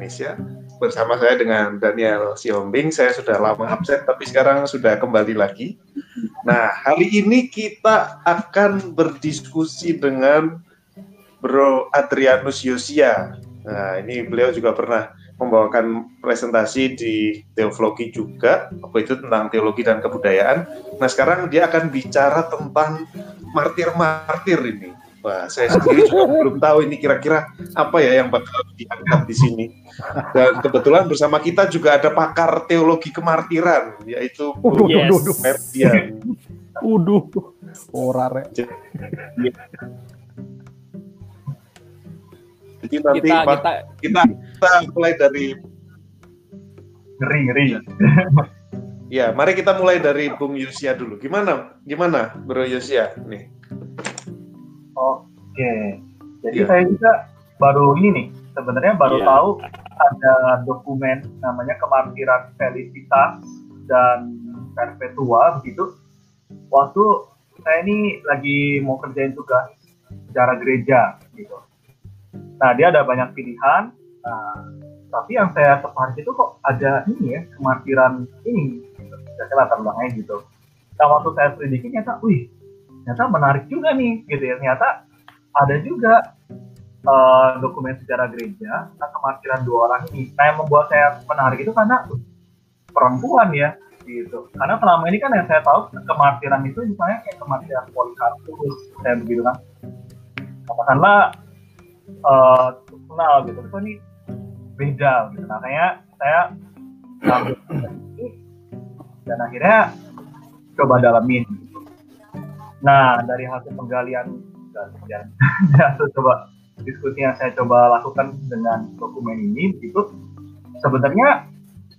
Indonesia. Bersama saya dengan Daniel Siombing. Saya sudah lama absen, tapi sekarang sudah kembali lagi. Nah, hari ini kita akan berdiskusi dengan Bro Adrianus Yosia. Nah, ini beliau juga pernah membawakan presentasi di Teologi juga, apa itu tentang teologi dan kebudayaan. Nah, sekarang dia akan bicara tentang martir-martir ini. Wah, saya sendiri juga belum tahu ini kira-kira apa ya yang bakal diangkat di sini. Dan kebetulan bersama kita juga ada pakar teologi kemartiran, yaitu Ferdian. Orare. Jadi nanti kita mulai dari ngeri. Ya, mari kita mulai dari Bung Yosia dulu. Gimana, Bro Yosia nih? Oke. Jadi saya juga baru ini nih, sebenarnya baru tahu ada dokumen namanya Kemartiran Felicitas dan Perpetua begitu. Waktu saya ini lagi mau kerjain tugas secara gereja gitu. Nah, dia ada banyak pilihan. Tapi yang saya tertarik itu kok ada ini ya, kemartiran ini. Saya latar belakangnya gitu. Nah, waktu saya selidiki ternyata menarik juga nih, gitu ya. Ternyata ada juga dokumen sejarah gereja tentang kemartiran dua orang ini. Nah, yang membuat saya menarik itu karena perempuan ya, gitu. Karena selama ini kan yang saya tahu kemartiran itu misalnya kayak kemartiran Polikarpus, saya begitu kan. Katakanlah kenal gitu, so ini beda gitu. Nah, kayaknya saya ngambil ini dan akhirnya coba dalamin gitu. Nah, dari hasil penggalian dan hasil coba diskusi yang saya coba lakukan dengan dokumen ini begitu, sebenarnya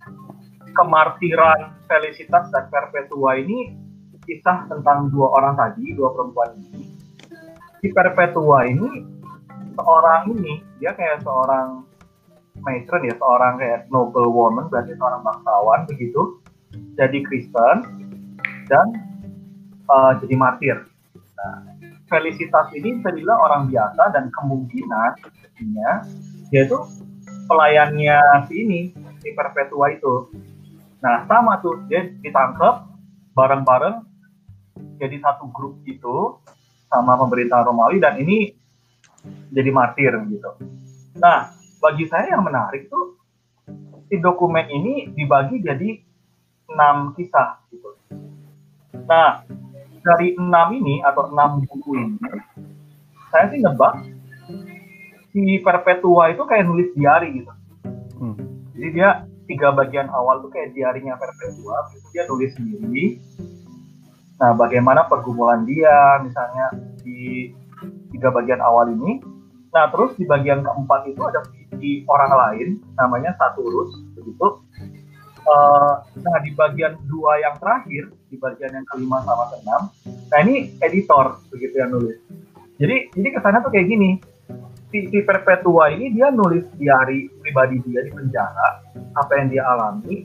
kemartiran Felicitas dan Perpetua ini kisah tentang dua orang tadi, dua perempuan ini. Si Perpetua ini seorang ini, dia kayak seorang matron ya, seorang kayak noble woman, berarti seorang bangsawan begitu, jadi Kristen dan jadi martir. Nah, Felicitas ini bisa dibilang orang biasa dan kemungkinan dia itu pelayannya si Perpetua itu. Nah, sama tuh, dia ditangkap bareng-bareng jadi satu grup gitu sama pemerintah Romawi dan ini jadi martir gitu. Nah, bagi saya yang menarik tuh si dokumen ini dibagi jadi 6 kisah gitu. Nah, dari 6 ini atau 6 buku ini, saya sih nebak si Perpetua itu kayak nulis diary gitu. Jadi dia 3 bagian awal tuh kayak diarinya Perpetua, itu dia nulis sendiri. Nah, bagaimana pergumulan dia misalnya di 3 bagian awal ini. Nah, terus di bagian keempat itu ada di orang lain namanya Saturus begitu. Nah, di bagian 2 yang terakhir, di bagian yang kelima sama keenam, nah ini editor begitu yang nulis. Jadi kesannya tuh kayak gini. Si Perpetua ini dia nulis diary pribadi dia di penjara, apa yang dia alami.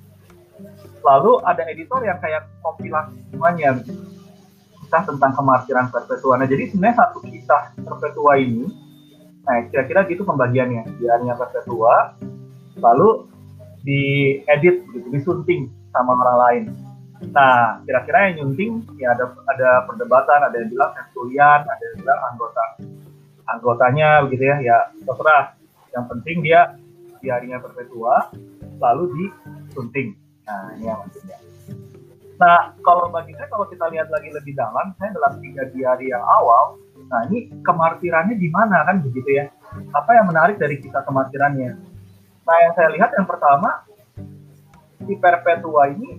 Lalu ada editor yang kayak kompilasi semuanya, kisah tentang kemartiran Perpetua. Nah, jadi sebenarnya satu kisah Perpetua ini, nah kira-kira gitu pembagiannya, diarynya Perpetua, lalu diedit, gitu, disunting sama orang lain. Nah, kira-kira yang nyunting ya ada perdebatan, ada yang bilang Tertullian, ada yang bilang anggotanya begitu ya terserah. Yang penting dia diarynya Perpetua lalu disunting. Nah, ini yang pentingnya. Nah, kalau bagi saya, kalau kita lihat lagi lebih dalam, saya dalam 3 diary yang awal, nah ini kemartirannya di mana kan begitu ya? Apa yang menarik dari kisah kemartirannya? Nah, yang saya lihat yang pertama, si Perpetua ini,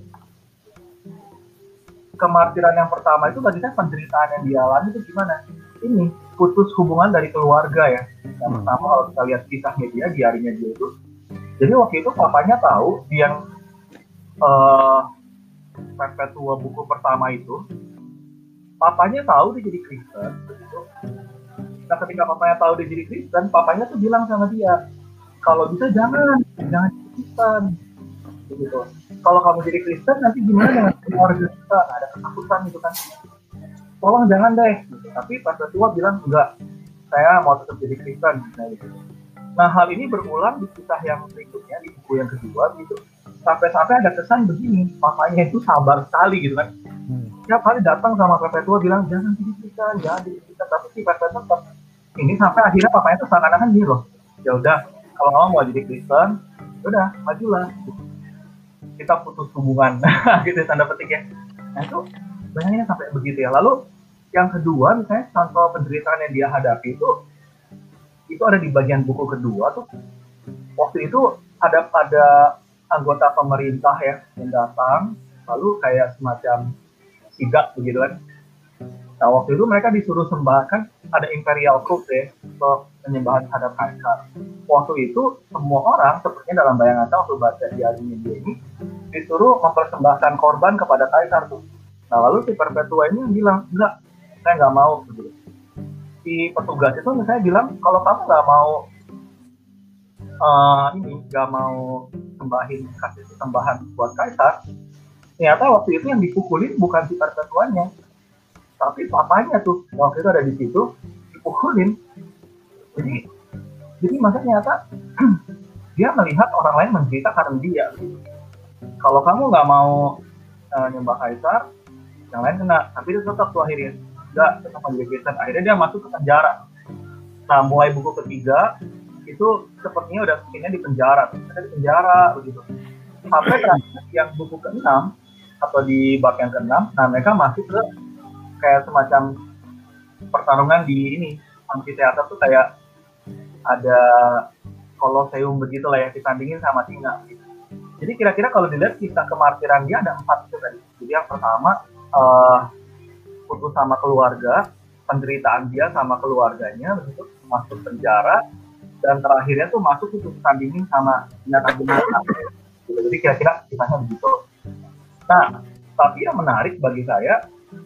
kemartiran yang pertama itu bagi saya penderitaan yang dialami itu gimana? Ini putus hubungan dari keluarga ya. Yang pertama kalau kita lihat kisahnya dia, diarinya dia itu, jadi waktu itu papanya tahu dia yang Perpetua buku pertama itu, papanya tahu dia jadi Kristen begitu. Nah, ketika papanya tahu dia jadi Kristen, papanya tuh bilang sama dia, kalau bisa jangan jadi Kristen begitu. Kalau kamu jadi Kristen nanti gimana dengan keluarga kita? Nah, ada ketakutan gitu kan. Tolong jangan deh gitu. Tapi Perpetua bilang enggak, saya mau tetap jadi Kristen gitu. Nah, hal ini berulang di kisah yang berikutnya, di buku yang kedua gitu. Sampai-sampai ada kesan begini, papanya itu sabar sekali gitu kan. Tiap kali datang sama Perpetua bilang, jangan didirikan, tapi si Perpetua tetap ini, sampai akhirnya papanya itu seakan-akan gini loh, ya udah, kalau kamu mau jadi Kristen, udah, majulah. Kita putus hubungan, gitu tanda petik ya. Nah itu, bayangin sampai begitu ya. Lalu, yang kedua, misalnya contoh penderitaan yang dia hadapi itu ada di bagian buku kedua tuh. Waktu itu ada anggota pemerintah ya yang datang, lalu kayak semacam sigak begitu kan. Nah waktu itu mereka disuruh sembahkan, ada imperial cult ya, untuk penyembahan terhadap kaisar. Waktu itu semua orang, sepertinya dalam bayangan saya waktu baca diarinya dia ini, disuruh mempersembahkan korban kepada kaisar tuh. Nah lalu si Perpetua ini yang bilang, enggak, saya nggak mau begitu. Si petugas itu misalnya bilang, kalau kamu nggak mau nggak mau kasih sembahan buat kaisar, ternyata waktu itu yang dipukulin bukan si Perpetuanya, tapi papanya tuh waktu itu ada di situ dipukulin. Jadi maksudnya ternyata dia melihat orang lain menderita karena dia. Kalau kamu nggak mau nyembah kaisar, yang lain kena, tapi dia tetap tuh akhirnya nggak, tetap menjadi Kristen. Akhirnya dia masuk ke penjara. Nah mulai buku ketiga itu sepertinya udah mungkinnya di penjara begitu. Sampai terakhir yang buku ke-6 atau di bab yang ke-6, nah mereka masuk ke kayak semacam pertarungan di ini, amphitheater tuh kayak ada Colosseum begitu lah yang ditandingin sama singa gitu. Jadi kira-kira kalau dilihat kisah kemartiran dia ada 4 itu tadi. Jadi yang pertama putus sama keluarga, penderitaan dia sama keluarganya begitu, masuk penjara, dan terakhirnya tuh masuk itu ditandingin sama binatang-binatang. Jadi kira-kira kisahnya begitu. Nah, tapi yang menarik bagi saya,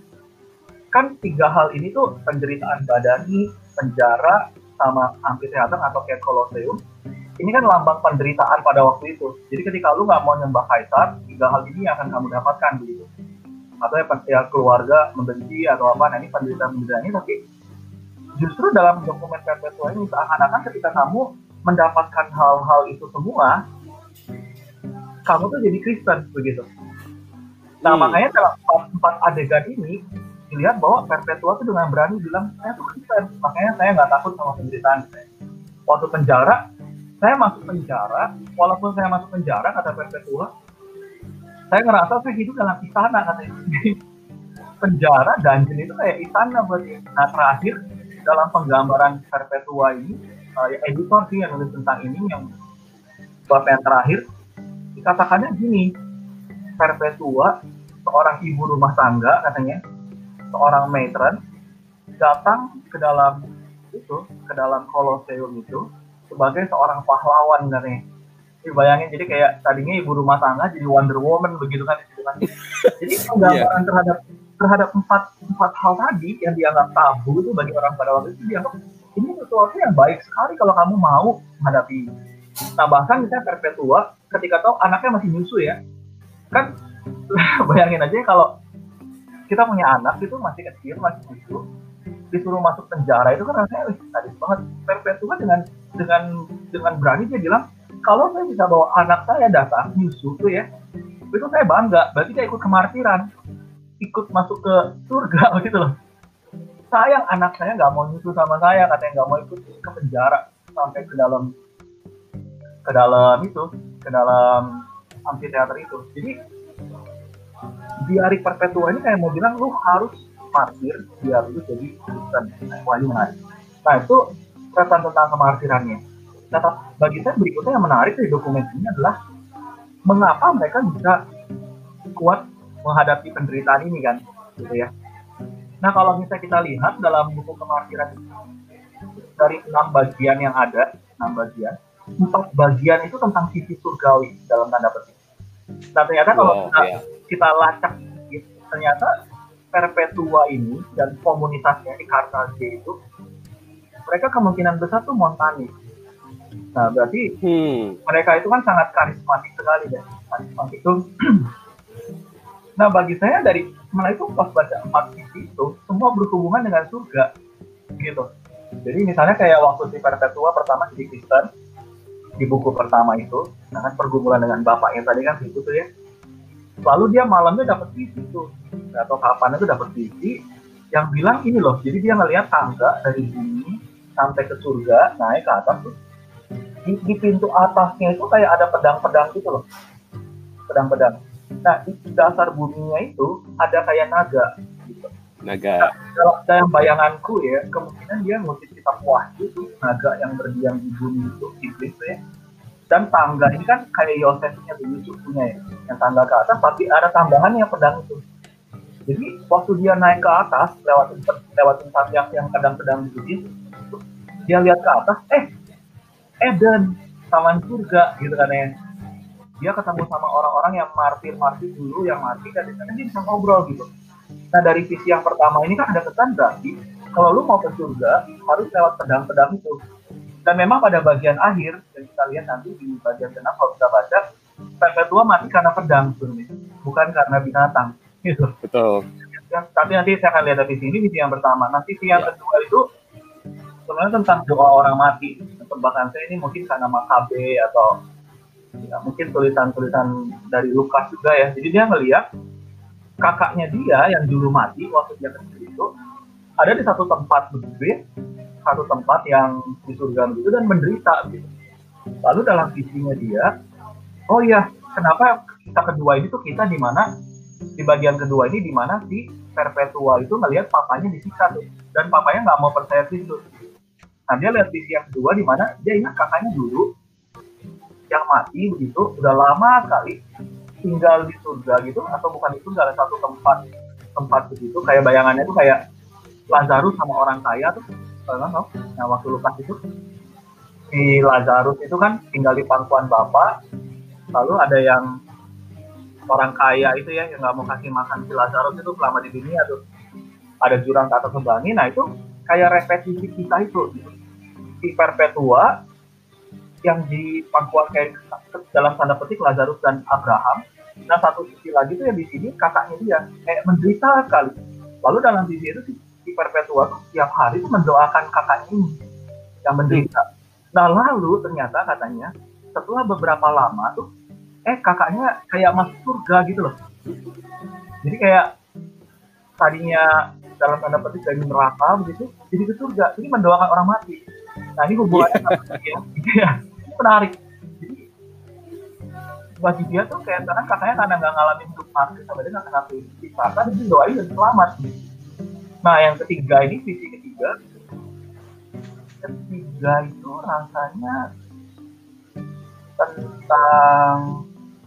kan 3 hal ini tuh penderitaan badani, penjara, sama amphitheater atau kayak Colosseum, ini kan lambang penderitaan pada waktu itu. Jadi ketika lu nggak mau nyembah kaisar, 3 hal ini akan kamu dapatkan begitu. Atau ya keluarga membenci atau apa, nah ini penderitaan ini, tapi justru dalam dokumen Perpetua ini seakan-akan ketika kamu mendapatkan hal-hal itu semua, kamu tuh jadi Kristen begitu. Nah makanya dalam 4 adegan ini dilihat bahwa Perpetua tuh dengan berani bilang, saya tuh Kristen, makanya saya nggak takut sama penderitaan saya. Waktu penjara, saya masuk penjara, walaupun saya masuk penjara, kata Perpetua, saya ngerasa saya hidup dalam istana, katanya. Penjara, dungeon itu kayak istana buat dia. Nah terakhir, dalam penggambaran Perpetua ini, editor sih yang nulis tentang ini, yang bab yang terakhir, dikatakannya gini, Perpetua, seorang ibu rumah tangga katanya, seorang matron, datang ke dalam Colosseum itu sebagai seorang pahlawan katanya. Jadi bayangin, jadi kayak tadinya ibu rumah tangga jadi Wonder Woman begitu kan. Jadi penggambaran terhadap empat hal tadi yang dianggap tabu itu bagi orang pada waktu itu, dianggap ini sesuatu yang baik sekali kalau kamu mau menghadapi. Nah bahkan misalnya Perpetua ketika tahu anaknya masih nyusu ya, kan bayangin aja kalau kita punya anak itu masih kecil, masih nyusu, disuruh masuk penjara itu kan rasanya sadis banget. Perpetua dengan berani dia bilang, kalau saya bisa bawa anak saya datang nyusu tuh ya, itu saya bangga, berarti dia ikut kemartiran, ikut masuk ke surga gitu loh. Sayang anak saya nggak mau nyusu sama saya, katanya nggak mau ikut ke penjara sampai ke dalam amphitheater itu. Jadi di hari Perpetua ini kayak mau bilang lu harus martir biar lu jadi Kristen. Wah ini menarik. Nah itu catatan tentang kemartirannya. Nah bagi saya berikutnya yang menarik dari dokumen ini adalah mengapa mereka bisa kuat menghadapi penderitaan ini kan, gitu ya. Nah kalau misalnya kita lihat dalam buku kemartiran dari 6 bagian yang ada, 4 bagian itu tentang sisi surgawi dalam tanda petik. Nah ternyata kalau kita lacak, ternyata Perpetua ini dan komunitasnya di Karthago itu, mereka kemungkinan besar tuh montanis. Nah berarti mereka itu kan sangat karismatik sekali ya. Karismatik itu. Nah bagi saya dari sebenarnya itu pas baca 4 sisi itu semua berhubungan dengan surga gitu. Jadi misalnya kayak waktu si Perpetua pertama jadi Kristen, di buku pertama itu, nah kan pergumulan dengan bapaknya tadi kan itu tuh ya. Lalu dia malamnya dapat visi tuh, atau kapan itu dapat visi yang bilang ini loh, jadi dia ngelihat tangga dari bumi sampai ke surga, naik ke atas tuh. Di pintu atasnya itu kayak ada pedang-pedang gitu loh, pedang-pedang. Nah di dasar buminya itu ada kayak naga gitu. Naga. Nah, dalam bayanganku ya, kemungkinan dia ngutip kitab Wahyu itu naga yang berdiam di bumi itu, iblis tuh ya. Dan tangga ini kan kayak Yosefnya tuh, Yusuf punya ya, yang tangga ke atas, tapi ada tambahannya pedang itu. Jadi waktu dia naik ke atas, lewatin yang pedang-pedang gitu, dia lihat ke atas, Eden, taman surga gitu kan ya. Dia ketemu sama orang-orang yang martir dulu, yang mati, dan dia bisa ngobrol gitu. Nah dari visi yang pertama ini kan ada pesan berarti, kalau lu mau ke surga, harus lewat pedang-pedang itu. Dan memang pada bagian akhir, yang kita lihat nanti di bagian 6, kalau kita baca, Perpetua mati karena pedang sebenarnya, bukan karena binatang. Gitu. Betul. Ya, tapi nanti saya akan lihat visi ini, visi yang pertama. Nanti visi yang kedua itu sebenarnya tentang doa orang mati. Tebakan saya ini mungkin karena Makabe atau ya, mungkin tulisan-tulisan dari Lukas juga ya. Jadi dia ngelihat kakaknya dia yang dulu mati waktu dia kecil itu ada di satu tempat begitu ya, satu tempat yang di surga begitu dan menderita gitu. Lalu dalam visinya dia, oh ya, kenapa kita kedua ini tuh kita di mana? Di bagian kedua ini di mana si Perpetua itu melihat papanya disiksa tuh, dan papanya nggak mau percaya Kristus. Nah dia lihat visi yang kedua di mana dia ingat kakaknya dulu yang mati begitu udah lama sekali tinggal di surga gitu, atau bukan itu nggak ada satu tempat begitu, kayak bayangannya tuh kayak Lazarus sama orang kaya tuh, kalian tahu? Nah waktu Lukas itu si Lazarus itu kan tinggal di pangkuan bapak, lalu ada yang orang kaya itu ya yang nggak mau kasih makan si Lazarus itu selama di dunia tuh, ada jurang ke atas membangi. Nah itu kayak repetisi kita itu gitu. Si Perpetua yang di pangkuan kayak dalam tanda petik Lazarus dan Abraham. Nah satu sisi lagi tuh yang di sini kakaknya dia kayak menderita sekali. Lalu dalam sisi itu si Perpetua tuh tiap hari tuh mendoakan kakaknya ini yang menderita. Nah lalu ternyata katanya setelah beberapa lama tuh kakaknya kayak masuk surga gitu loh. Jadi kayak tadinya dalam tanda petik dari neraka begitu, jadi ke surga. Jadi mendoakan orang mati. Nah ini hubungannya sama dia, gitu ya. Ini menarik. Jadi bagi dia tuh kayak karena kakaknya karena nggak ngalamin hidup mati, sama dia nggak kena pisah, dan dia doain dan selamat. Nah yang ketiga ini, visi ketiga itu rasanya tentang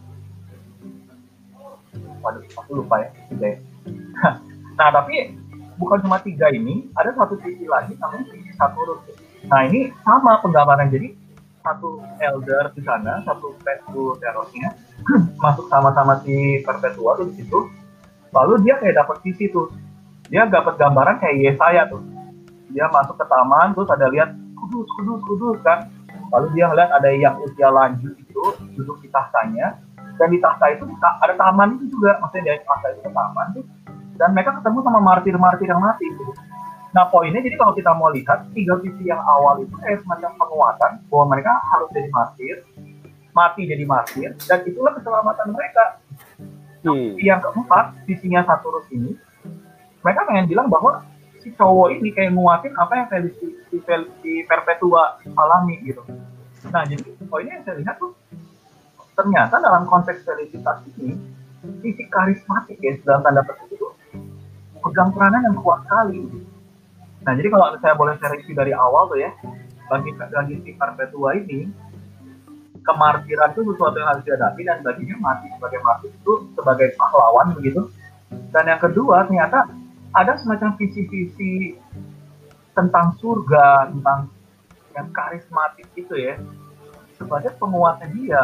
aku lupa ya, 3 ya. Nah tapi bukan cuma 3 ini, ada satu visi lagi namanya visi Saturus. Nah ini sama penggambaran, jadi satu elder di sana, satu Petrus-terosnya masuk sama-sama si Perpetua tuh di situ. Lalu dia kayak dapat visi tuh, dia dapat gambaran kayak Yesaya tuh. Dia masuk ke taman, terus ada lihat kudus kan. Lalu dia ngeliat ada yang usia lanjut itu duduk di tahtanya. Dan di tahta itu ada taman itu juga, maksudnya dari tahta itu ke taman tuh, dan mereka ketemu sama martir-martir yang mati gitu. Nah poinnya jadi kalau kita mau lihat 3 visi yang awal itu kayak semacam penguatan bahwa mereka harus jadi martir, mati jadi martir, dan itulah keselamatan mereka. Yang keempat, visinya Saturus ini, mereka pengen bilang bahwa si cowok ini kayak nguatin apa yang si Perpetua alami gitu. Nah jadi poinnya yang saya lihat tuh, ternyata dalam konteks religiositas ini, sisi karismatik ya, dalam tanda petik itu pegang peranan yang kuat sekali. Nah, jadi kalau saya boleh review dari awal tuh ya, bagi si Perpetua ini, kemartiran itu sesuatu yang harus dihadapi, dan baginya mati sebagai martir itu sebagai pahlawan begitu. Dan yang kedua, ternyata ada semacam visi-visi tentang surga, tentang yang karismatik itu ya, sebagai penguatnya dia.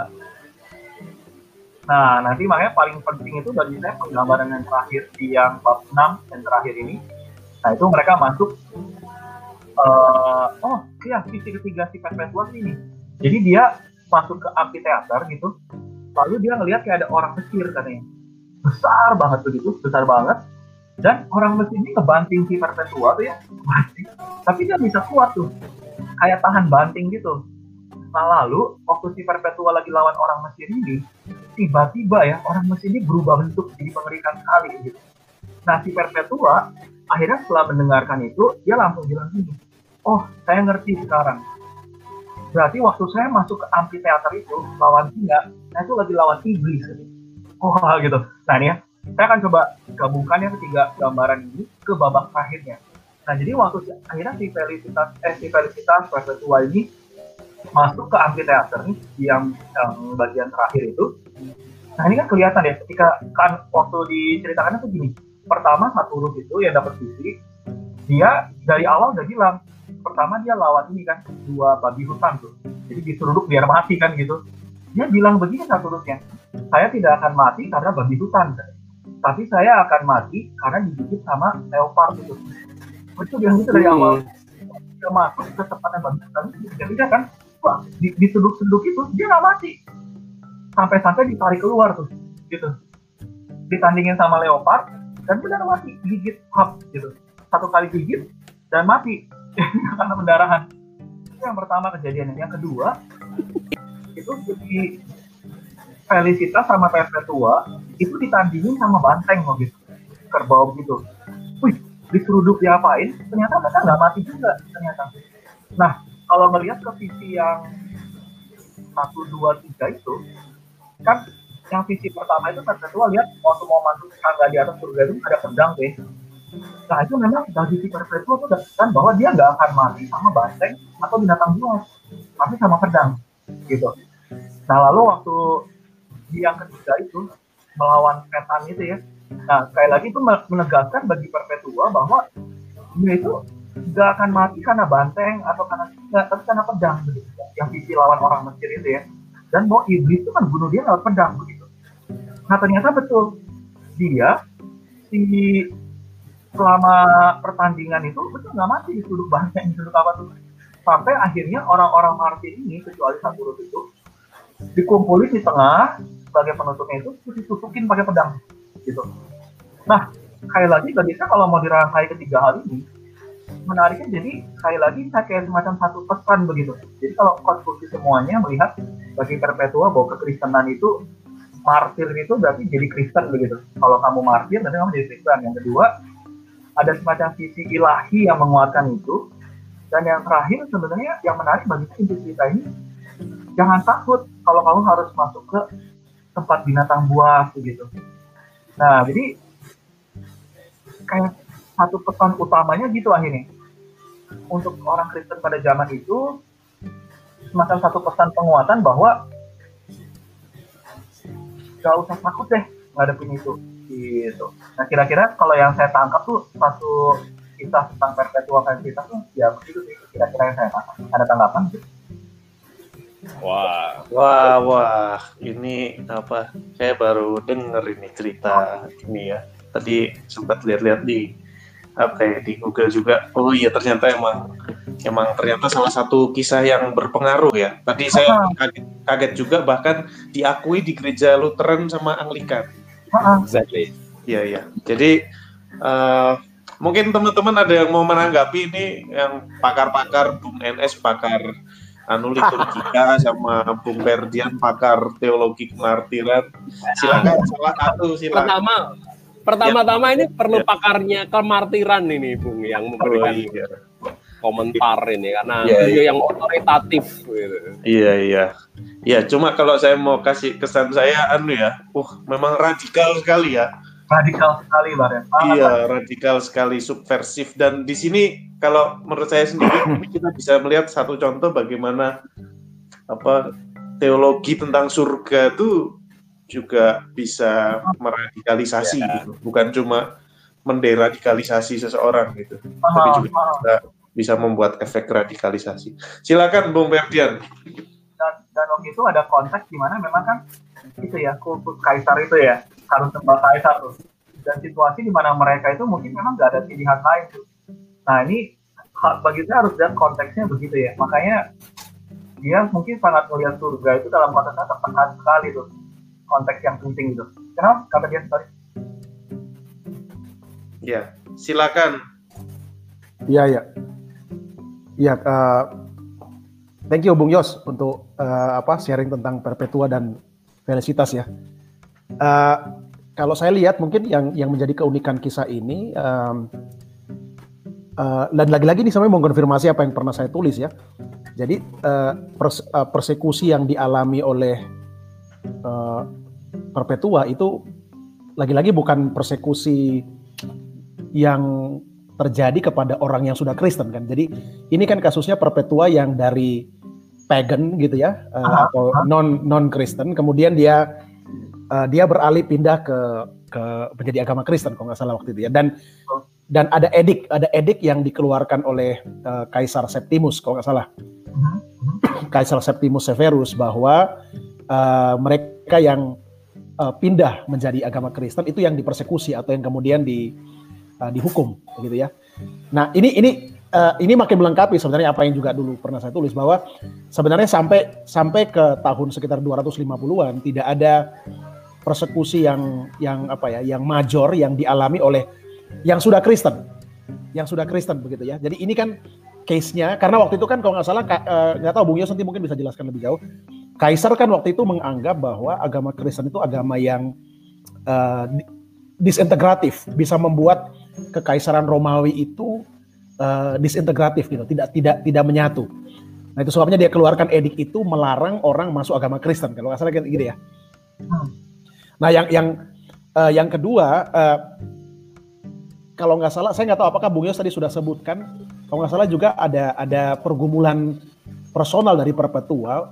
Nah, nanti makanya paling penting itu bagi saya penggambaran yang terakhir di yang bab 6 yang terakhir ini. Nah, itu mereka masuk visi ketiga si Perpetua ini. Jadi dia masuk ke amfiteater gitu. Lalu dia ngelihat kayak ada orang Mesir katanya. Besar banget begitu, besar banget. Dan orang Mesir ini ngebanting si Perpetua tuh ya, banting. Tapi dia bisa kuat tuh. Kayak tahan banting gitu. Nah lalu waktu si Perpetua lagi lawan orang Mesir ini, tiba-tiba ya orang Mesir ini berubah bentuk jadi mengerikan sekali gitu. Nah si Perpetua akhirnya setelah mendengarkan itu dia langsung bilang gini, oh saya ngerti sekarang. Berarti waktu saya masuk ke amphitheater itu lawan singa, saya itu lagi lawan iblis gitu. Oh gitu. Nah ini ya, saya akan coba gabungkan ya ketiga gambaran ini ke babak terakhirnya. Nah jadi waktu akhirnya si Felicitas Perpetua ini masuk ke amphitheater nih yang bagian terakhir itu. Nah ini kan kelihatan ya ketika kan waktu diceritakannya tuh gini. Pertama Saturnus itu yang dapat visi, dia dari awal udah bilang pertama dia lawan ini kan dua babi hutan tuh. Jadi diseruduk biar mati kan gitu. Dia bilang begini Saturnusnya, saya tidak akan mati karena babi hutan, tapi saya akan mati karena digigit sama leopard gitu. Itu bilang gitu dari awal. Dia masuk ke tempatnya babi hutan itu tidak kan. Wah, diseduk-seduk itu dia nggak mati sampai-sampai ditarik keluar tuh gitu, ditandingin sama leopard dan benar mati, gigit hap gitu, satu kali gigit dan mati karena pendarahan. Itu yang pertama kejadiannya. Yang kedua itu si Felicitas sama Perpetua itu ditandingin sama banteng gitu, kerbau gitu. Wih, diseruduk diapain, ternyata mereka nggak mati juga ternyata. Nah kalau melihat ke visi yang 1, 2, 3 itu, kan yang visi pertama itu Perpetua lihat waktu mau masuk tangga di atas surga itu ada pedang deh. Nah itu memang dari si Perpetua itu kan bahwa dia nggak akan mati sama banteng atau binatang buas, tapi sama pedang gitu. Nah lalu waktu di yang ketiga itu melawan setan itu ya, nah sekali lagi itu menegaskan bagi Perpetua bahwa dia itu nggak akan mati karena banteng atau karena singa, tapi karena pedang begitu. Yang visi lawan orang Mesir itu ya. Dan mau iblis itu kan bunuh dia lewat pedang begitu. Nah ternyata betul dia selama pertandingan itu betul nggak mati disuduk banteng, disuduk apa tuh. Sampai akhirnya orang-orang martir ini kecuali Saturnus itu dikumpulin di tengah sebagai penutupnya itu ditusukin pakai pedang gitu. Nah sekali lagi bagi saya kalau mau dirangkai ketiga hal ini menariknya, jadi sekali lagi saya kayak semacam satu pesan begitu. Jadi kalau konklusi semuanya melihat bagi Perpetua bahwa kekristenan itu martir itu berarti jadi Kristen begitu. Kalau kamu martir berarti kamu jadi Kristen. Yang kedua ada semacam sisi ilahi yang menguatkan itu. Dan yang terakhir sebenarnya yang menarik bagi inti cerita ini, jangan takut kalau kamu harus masuk ke tempat binatang buas begitu. Nah jadi kayak satu pesan utamanya gitu akhirnya untuk orang Kristen pada zaman itu, semacam satu pesan penguatan bahwa gak usah takut deh ngadepin itu gitu. Nah kira-kira kalau yang saya tangkap tuh satu kisah tentang Perpetua Felicitas tuh ya begitu sih kira-kira yang saya tangkap. Ada tanggapan gitu? Wah, ini apa? Saya baru dengar ini cerita ini ya. Tadi sempat lihat-lihat di di Google juga. Oh iya ternyata emang ternyata salah satu kisah yang berpengaruh ya. Tadi saya kaget juga bahkan diakui di gereja Lutheran sama Anglikan. Exactly. Iya. Jadi mungkin teman-teman ada yang mau menanggapi ini yang pakar-pakar Bung NS pakar liturgika sama Bung Ferdian pakar teologi kemartiran. Silakan salah satu silakan. Pertama-tama ini perlu pakarnya kemartiran ini Bung yang memberikan komentar ini karena beliau yang otoritatif gitu. Iya. Ya, cuma kalau saya mau kasih kesan saya memang radikal sekali ya. Radikal sekali Bang ya. Iya, radikal sekali, subversif, dan di sini kalau menurut saya sendiri ini kita bisa melihat satu contoh bagaimana teologi tentang surga itu juga bisa meradikalisasi gitu. Bukan cuma menderadikalisasi seseorang gitu, tapi juga bisa membuat efek radikalisasi. Silakan Bung Ferdian. Dan waktu itu ada konteks di mana memang kan itu ya kultus kaisar itu ya harus sembah kaisar tuh. Dan situasi di mana mereka itu mungkin memang nggak ada pilihan lain tuh. Nah ini bagi saya harus lihat konteksnya begitu ya. Makanya dia mungkin sangat melihat surga itu dalam konteksnya tertekan sekali tuh. Konteks yang penting itu. Kenapa? Kata dia sorry. Ya, silakan. Iya. Thank you Bung Yos untuk sharing tentang Perpetua dan Felicitas ya. Kalau saya lihat mungkin yang menjadi keunikan kisah ini, dan lagi-lagi ini saya mau mengkonfirmasi apa yang pernah saya tulis ya. Jadi persekusi yang dialami oleh Perpetua itu lagi-lagi bukan persekusi yang terjadi kepada orang yang sudah Kristen kan. Jadi ini kan kasusnya Perpetua yang dari pagan gitu ya, atau non Kristen, kemudian dia beralih pindah ke menjadi agama Kristen kalau nggak salah waktu itu ya. Dan ada edik yang dikeluarkan oleh Kaisar Septimus kalau nggak salah. Kaisar Septimus Severus bahwa mereka yang pindah menjadi agama Kristen itu yang dipersekusi atau yang kemudian dihukum gitu ya. Nah, ini makin melengkapi sebenarnya apa yang juga dulu pernah saya tulis, bahwa sebenarnya sampai ke tahun sekitar 250-an tidak ada persekusi yang major yang dialami oleh yang sudah Kristen begitu ya. Jadi ini kan case-nya, karena waktu itu kan kalau nggak salah, nggak tahu Bung Yos nanti mungkin bisa jelaskan lebih jauh. Kaisar kan waktu itu menganggap bahwa agama Kristen itu agama yang disintegratif, bisa membuat kekaisaran Romawi itu disintegratif gitu, tidak menyatu. Nah itu sebabnya dia keluarkan edik itu melarang orang masuk agama Kristen kalau nggak salah gitu ya. Nah yang kedua, kalau nggak salah, saya nggak tahu apakah Bung Yos tadi sudah sebutkan, kalau nggak salah juga ada pergumulan personal dari Perpetua.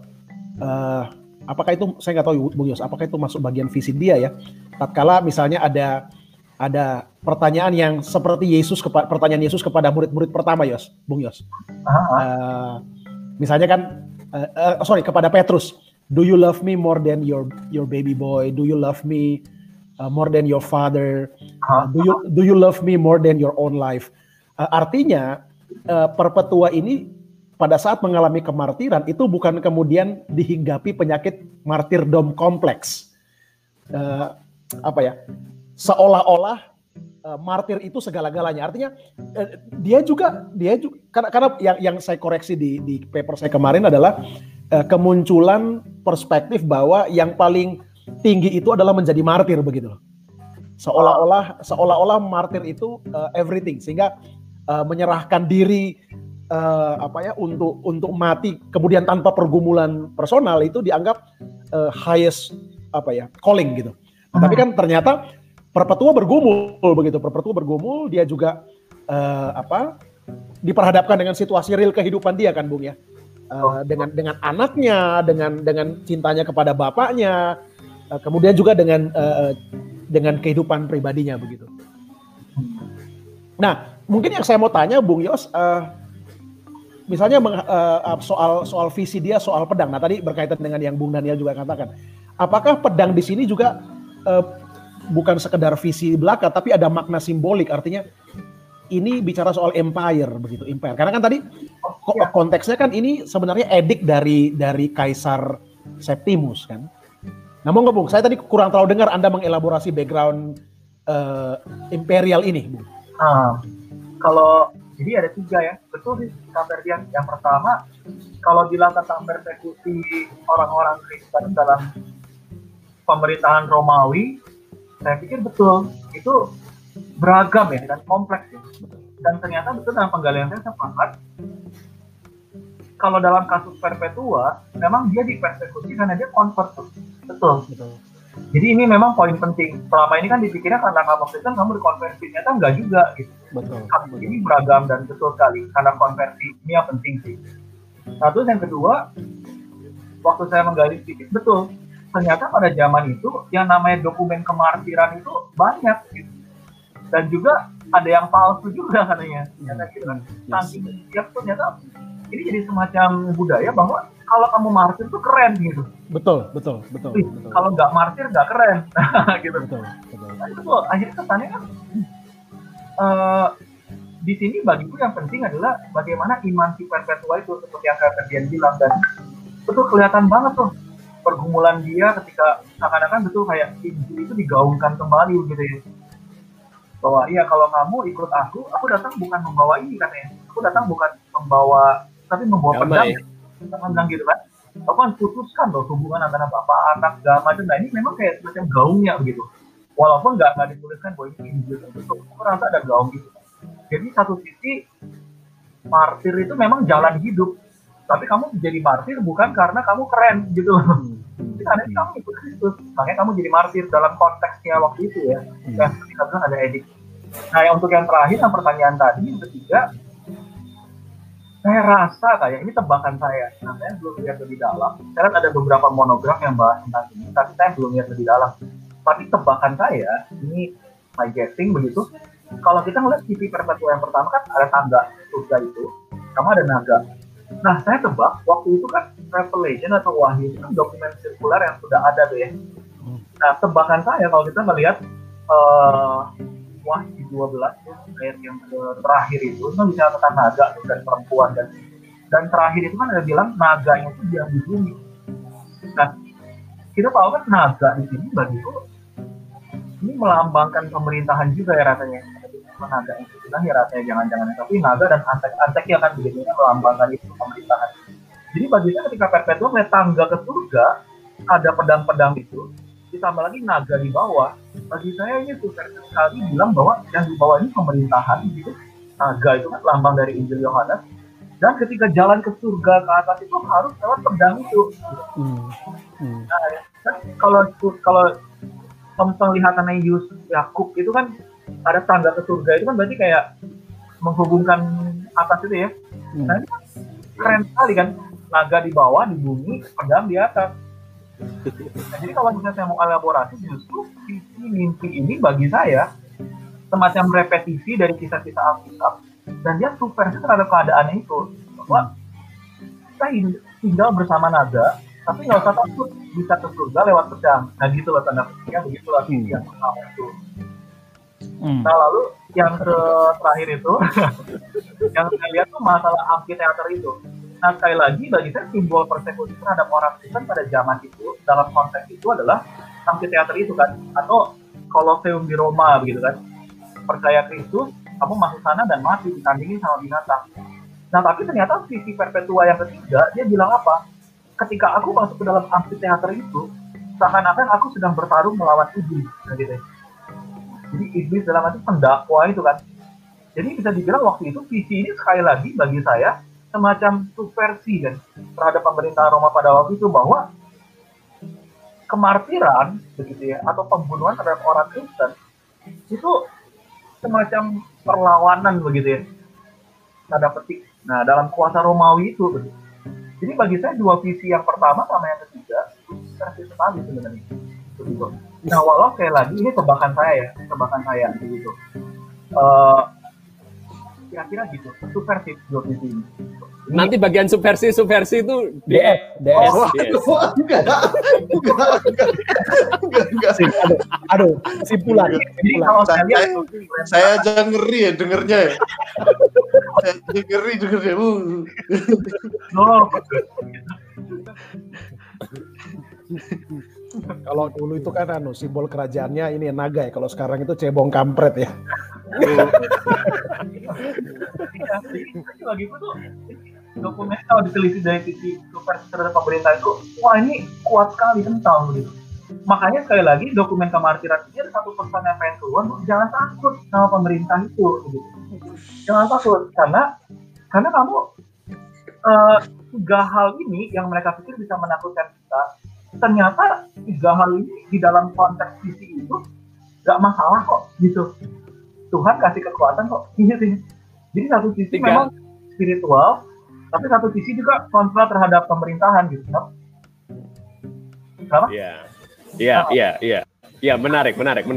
Apakah itu, saya nggak tahu Bung Yos, apakah itu masuk bagian visi dia ya? Tatkala misalnya ada pertanyaan yang seperti pertanyaan Yesus kepada murid-murid pertama Bung Yos. Misalnya kan, kepada Petrus, do you love me more than your baby boy? Do you love me more than your father? Do you love me more than your own life? Artinya Perpetua ini pada saat mengalami kemartiran itu bukan kemudian dihinggapi penyakit martyrdom kompleks. Seolah-olah martir itu segala-galanya. Artinya dia juga karena yang saya koreksi di paper saya kemarin adalah kemunculan perspektif bahwa yang paling tinggi itu adalah menjadi martir begitu loh. Seolah-olah martir itu everything, sehingga menyerahkan diri untuk mati kemudian tanpa pergumulan personal itu dianggap highest calling gitu. Nah, tapi kan ternyata Perpetua bergumul begitu. Perpetua bergumul, dia juga diperhadapkan dengan situasi real kehidupan dia kan Bung ya. Dengan anaknya, dengan cintanya kepada bapaknya, kemudian juga dengan kehidupan pribadinya begitu. Nah, mungkin yang saya mau tanya Bung Yos, misalnya soal visi dia soal pedang. Nah, tadi berkaitan dengan yang Bung Daniel juga katakan. Apakah pedang di sini juga bukan sekedar visi belaka, tapi ada makna simbolik, artinya ini bicara soal empire begitu, empire. Karena kan tadi konteksnya kan ini sebenarnya edik dari Kaisar Septimus kan. Nah, monggo Bung, saya tadi kurang terlalu dengar Anda mengelaborasi background imperial ini, Bung. Kalau jadi ada 3 ya, betul sih Kak Ferdian. Yang pertama, kalau bilang tentang persekusi orang-orang Kristen dalam pemerintahan Romawi, saya pikir betul, itu beragam ya dan kompleks ya. Dan ternyata betul dalam penggalian saya sepakat, kalau dalam kasus Perpetua, memang dia dipersekusi karena dia convert tuh. Betul. Jadi ini memang poin penting. Selama ini kan dipikirnya karena kamu Kristen kamu dikonversi, ternyata enggak juga gitu. Betul. Ini beragam dan betul sekali karena konversi ini yang penting sih. Nah, terus yang kedua, waktu saya menggali sedikit, betul. Ternyata pada zaman itu yang namanya dokumen kemartiran itu banyak gitu. Dan juga ada yang palsu juga katanya. Ternyata gitu kan. Saking siap tuh ternyata ini jadi semacam budaya bahwa kalau kamu martir tuh keren gitu. Betul. Kalau nggak martir nggak keren. Gitu. Betul. Nah, itu tuh akhirnya kesannya kan di sini bagiku yang penting adalah bagaimana iman si Perpetua itu seperti yang Kak Ferdian bilang, dan betul kelihatan banget tuh pergumulan dia ketika seakan-akan betul kayak Injil itu digaungkan kembali gitu ya. Bahwa iya kalau kamu ikut aku datang bukan membawa ini katanya. Aku datang bukan membawa, tapi membawa pedang. Tuhan bilang gitu kan, aku kan putuskan loh hubungan antara bapak anak segala macam. Nah ini memang kayak semacam gaungnya begitu. Walaupun nggak dituliskan bahwa ini Injil, aku rasa ada gaung gitu. Jadi satu sisi martir itu memang jalan hidup, tapi kamu jadi martir bukan karena kamu keren gitu. Karena kamu ikut Kristus, makanya kamu jadi martir dalam konteksnya waktu itu ya. Yang kita bilang ada edik. Nah, yang untuk yang terakhir, yang pertanyaan tadi, yang ketiga, saya rasa kayak ini tebakan saya. Nah, saya belum lihat lebih dalam. Saya lihat ada beberapa monograf yang bahas tentang ini, tapi saya belum lihat lebih dalam. Tapi tebakan saya, ini my guessing begitu. Kalau kita ngeliat TV Perpetua yang pertama kan ada tangga surga itu, sama ada naga. Nah, saya tebak waktu itu kan Revelation atau Wahyu itu kan dokumen sirkular yang sudah ada tuh ya. Nah, tebakan saya kalau kita melihat Wahyu 12 ayat yang terakhir itu kan bicara tentang naga tuh, dan perempuan dan terakhir itu kan ada bilang naganya itu yang di bumi. Nah, kita tahu kan naga di sini bagiku ini melambangkan pemerintahan juga ya rasanya. Naga itu bilang ya rasanya jangan-jangan, tapi naga dan antek ya kan begitu melambangkan itu pemerintahan. Jadi bagi saya ketika Perpetua melihat tangga ke surga ada pedang-pedang itu, ditambah lagi naga di bawah, bagi saya ini super sekali bilang bahwa yang di bawah ini pemerintahan gitu. Naga itu kan lambang dari Injil Yohanes, dan ketika jalan ke surga ke atas itu harus lewat pedang itu. Nah, kan kalau penglihatannya Yakub itu kan ada tangga ke surga itu kan berarti kayak menghubungkan atas itu ya. Nah ini kan keren sekali kan, naga di bawah, di bumi, pedang di atas. Nah, jadi kalau misalnya saya mau elaborasi, justru visi mimpi ini bagi saya semacam repetisi dari kisah-kisah Alkitab, dan dia subversif terhadap keadaan itu, bahwa kita tinggal bersama naga, tapi nggak usah takut bisa ke surga lewat pedang. Nah gitu loh tanda petiknya, begitulah visi yang pertama itu. Nah lalu yang terakhir itu yang saya lihat tuh masalah amfiteater itu. Nah sekali lagi bagi saya simbol persekusi terhadap orang Kristen pada zaman itu dalam konteks itu adalah amfiteater itu kan, atau Koloseum di Roma begitu kan. Percaya Kristus, kamu masuk sana dan mati ditandingin sama binatang. Nah tapi ternyata visi Perpetua yang ketiga, dia bilang apa? Ketika aku masuk ke dalam amfiteater itu, seakan-akan aku sedang bertarung melawan iblis, gitu. Jadi iblis dalam arti pendakwa itu kan. Jadi bisa dibilang waktu itu visi ini sekali lagi bagi saya semacam subversi kan terhadap pemerintahan Roma pada waktu itu, bahwa kemartiran begitu ya, atau pembunuhan terhadap orang Kristen itu semacam perlawanan begitu ya, tanda petik. Nah dalam kuasa Romawi itu begitu. Jadi bagi saya dua visi yang pertama sama yang ketiga subversif sekali sebenarnya. Nah walau sekali lagi ini tebakan saya gitu. Kira-kira gitu, subversif dua visi ini. Nanti bagian subversi itu DS. Enggak. Aduh, kesimpulan. Jadi kalau saya aja ngeri ya dengernya ya. Saya ngeri dengernya. Kalau dulu itu kan simbol kerajaannya ini naga ya. Kalau sekarang itu cebong kampret ya. Bagiku tuh dokumen kalau diteliti dari sisi subversi terhadap pemerintah itu, wah ini kuat sekali, kental gitu. Makanya sekali lagi dokumen kemartiran ini ada satu pesan yang pengen keluar, jangan takut sama pemerintah itu gitu. Jangan takut karena kamu tiga hal ini yang mereka pikir bisa menakutkan kita, ternyata tiga hal ini di dalam konteks visi itu gak masalah kok gitu. Tuhan kasih kekuatan kok gitu. Jadi satu sisi memang spiritual, tapi satu sisi juga kontra terhadap pemerintahan gitu. Kenapa? Iya, menarik.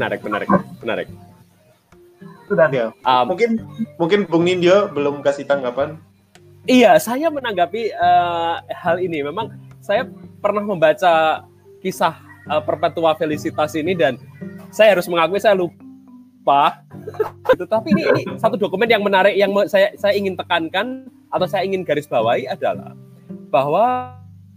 Sudah. Ya. Mungkin Bung Nindyo belum kasih tanggapan. Iya, saya menanggapi hal ini. Memang saya pernah membaca kisah Perpetua Felicitas ini dan saya harus mengakui saya lupa. Tapi ini satu dokumen yang menarik yang saya ingin tekankan atau saya ingin garis bawahi adalah bahwa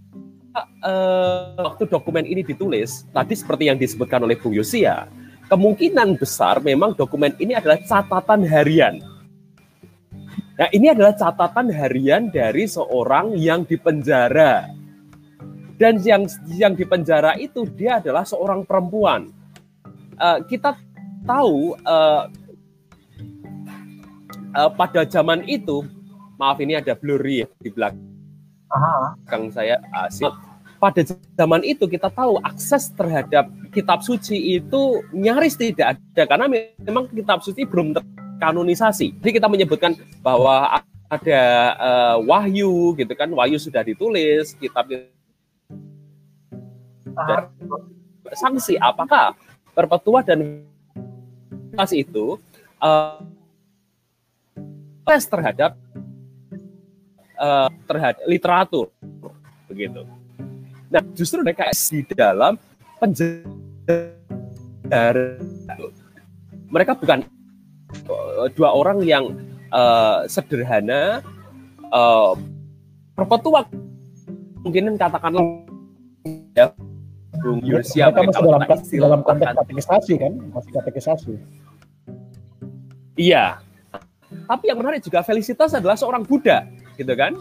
waktu dokumen ini ditulis, tadi seperti yang disebutkan oleh Bung Yosia, kemungkinan besar memang dokumen ini adalah catatan harian Nah, ini adalah catatan harian dari seorang yang dipenjara. Dan yang dipenjara itu dia adalah seorang perempuan. Kita tahu pada zaman itu, maaf ini ada blurry ya di belakang saya. Pada zaman itu kita tahu akses terhadap kitab suci itu nyaris tidak ada karena memang kitab suci belum terkanonisasi. Jadi kita menyebutkan bahwa ada wahyu gitu kan, wahyu sudah ditulis, kitab dan sanksi apakah perpetua dan itu tes terhadap literatur begitu. Nah, justru mereka di dalam penjara. Mereka bukan dua orang yang sederhana, perpetua mungkin katakanlah ya, Bung Yursia, mereka masih dalam konteks katekisasi kan, masih katekisasi. Iya. Tapi yang menarik juga Felicitas adalah seorang Buddha, gitu kan?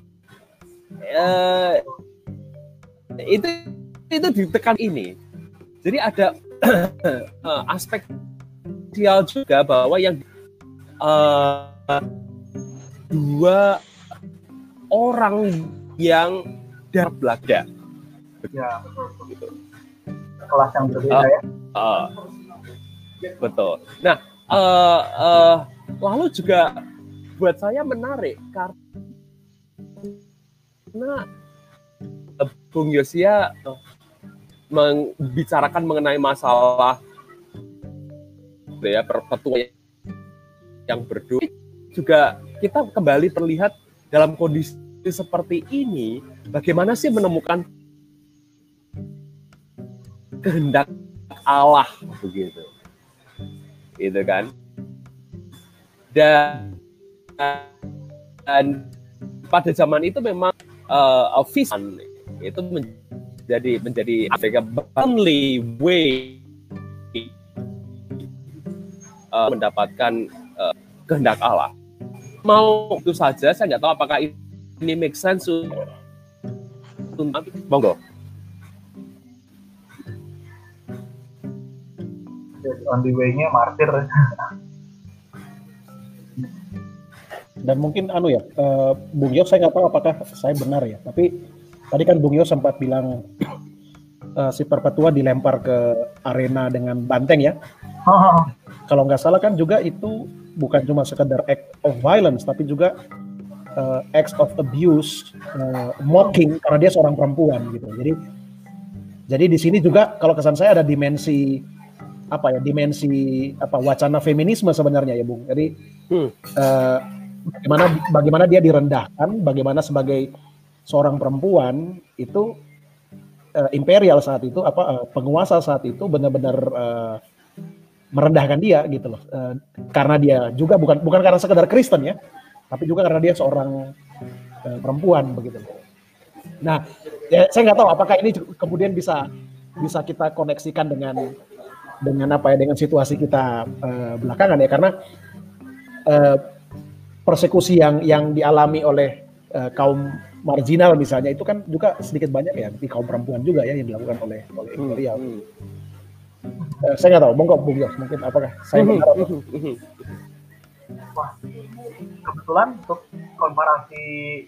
Itu ditekan ini. Jadi ada aspek sosial juga bahwa yang dua orang yang dari Belanda. Ya, betul. Kelas yang berbeda ya. Betul. Nah, lalu juga buat saya menarik karena Bung Yosia membicarakan mengenai masalah ya perpetua yang berdoa juga kita kembali terlihat dalam kondisi seperti ini bagaimana sih menemukan kehendak Allah begitu, gitu kan? Dan pada zaman itu memang vision itu menjadi only way mendapatkan kehendak Allah. Mau itu saja, saya nggak tahu apakah ini make sense untuk monggo. On the way-nya martir. Dan mungkin Bung Yos, saya nggak tahu apakah saya benar ya, tapi tadi kan Bung Yos sempat bilang si Perpetua dilempar ke arena dengan banteng ya. Kalau nggak salah kan juga itu bukan cuma sekedar act of violence, tapi juga acts of abuse, mocking karena dia seorang perempuan gitu. Jadi di sini juga kalau kesan saya ada dimensi wacana feminisme sebenarnya ya Bung. Jadi bagaimana dia direndahkan, bagaimana sebagai seorang perempuan itu imperial saat itu penguasa saat itu benar-benar merendahkan dia gitu loh. Karena dia juga bukan karena sekedar Kristen ya, tapi juga karena dia seorang perempuan begitu. Nah, ya, saya nggak tahu apakah ini kemudian bisa kita koneksikan dengan situasi kita belakangan ya, karena persekusi yang dialami oleh kaum marginal misalnya itu kan juga sedikit banyak ya di kaum perempuan juga ya yang dilakukan oleh imperial. Saya nggak tahu, monggo Bung Yos, mungkin apakah saya benar? Wah, kebetulan untuk komparasi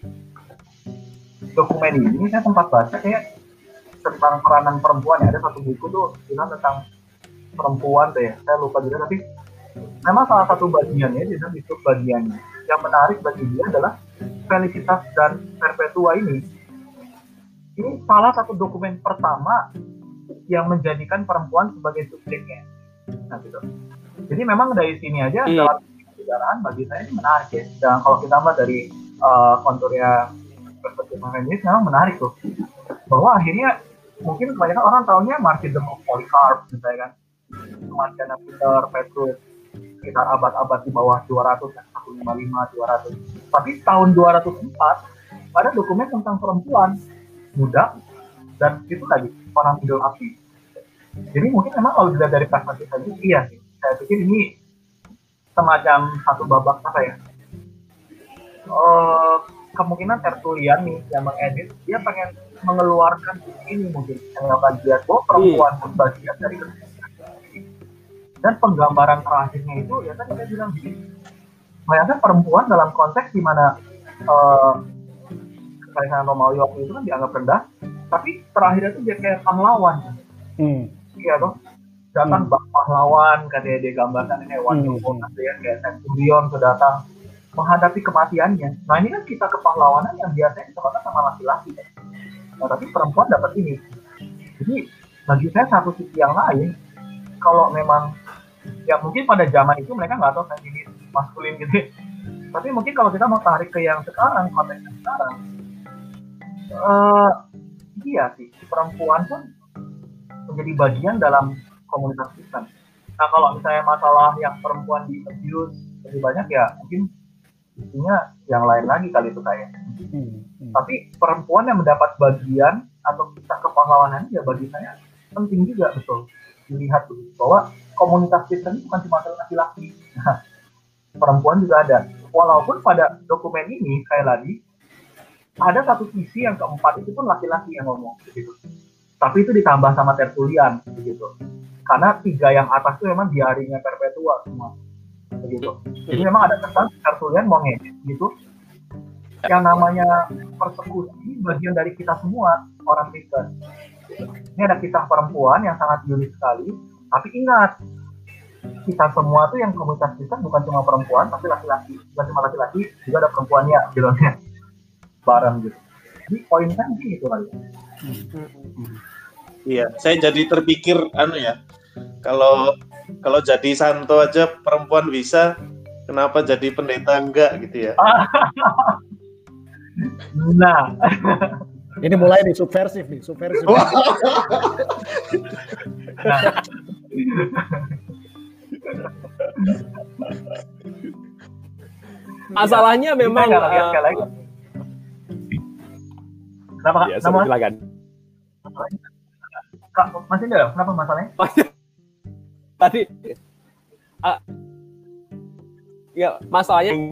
dokumen ini saya sempat baca kayak tentang peranan perempuan ya, ada satu buku tuh bilang tentang perempuan deh, saya lupa juga, tapi memang salah satu bagiannya di dalam itu bagiannya yang menarik bagi dia adalah Felicitas dan Perpetua ini salah satu dokumen pertama yang menjadikan perempuan sebagai subjeknya. Nah gitu. Jadi memang dari sini aja dalam sejarah bagi saya ini menarik ya. Dan kalau kita melihat dari konturnya perspektif feminis memang menarik tuh, bahwa akhirnya mungkin kebanyakan orang tahunya martyrdom of Polycarp misalnya kan, kematian Peter, Petrus sekitar abad-abad di bawah 200, 155, 200. Tapi tahun 204 ada dokumen tentang perempuan muda dan itu lagi orang Middle Api. Jadi mungkin memang kalau dilihat dari perspektif tadi, iya sih. Saya pikir ini semacam satu babak apa ya? kemungkinan Tertullian nih yang mengedit, dia pengen mengeluarkan ini mungkin mengeluarkan dia bahwa perempuan pun bagian dari Kristen. Dan penggambaran terakhirnya itu ya tadi saya bilang gini, bayangkan perempuan dalam konteks di mana Kekaisaran Romawi waktu itu kan dianggap rendah, tapi terakhirnya itu dia kayak pahlawan. Iya toh, datang pahlawan, katanya dia gambarkan hewan ya, kayak centurion sudah datang menghadapi kematiannya. Nah ini kan kita kepahlawanan yang biasanya disebutkan sama laki-laki. Nah, tapi perempuan dapat ini. Jadi bagi saya satu sisi yang lain, kalau memang ya mungkin pada zaman itu mereka nggak tahu feminis maskulin gitu. Tapi mungkin kalau kita mau tarik ke yang sekarang, konteksnya sekarang, iya sih, perempuan pun menjadi bagian dalam komunitas Kristen. Nah kalau misalnya masalah yang perempuan di abuse lebih banyak ya mungkin intinya yang lain lagi kali itu kayak. Tapi perempuan yang mendapat bagian atau kisah kepahlawanan ya bagi saya penting juga betul dilihat dulu bahwa komunitas Kristen itu bukan cuma laki-laki. Nah, perempuan juga ada. Walaupun pada dokumen ini kayak lagi ada satu sisi yang keempat itu pun laki-laki yang ngomong begitu. Tapi itu ditambah sama Tertullian begitu. Karena 3 yang atas itu memang diarinya Perpetua semua begitu. Jadi memang ada kesan Tertullian mau ngedit gitu. Yang namanya persekusi bagian dari kita semua orang Kristen. Ini ada kisah perempuan yang sangat unik sekali. Tapi ingat, kita semua tuh yang komunitas Kristen bukan cuma perempuan, tapi laki-laki. Bukan cuma laki-laki, juga ada perempuannya, bilangnya bareng gitu. Jadi poinnya kan gitu kali. Iya, saya jadi terpikir kalau jadi santo aja perempuan bisa, kenapa jadi pendeta enggak gitu ya? Nah, ini mulai nih subversif. Nah. Masalahnya memang kenapa? Ya, silakan. Kak, masih enggak? Kenapa masalahnya? Tadi ya masalahnya yang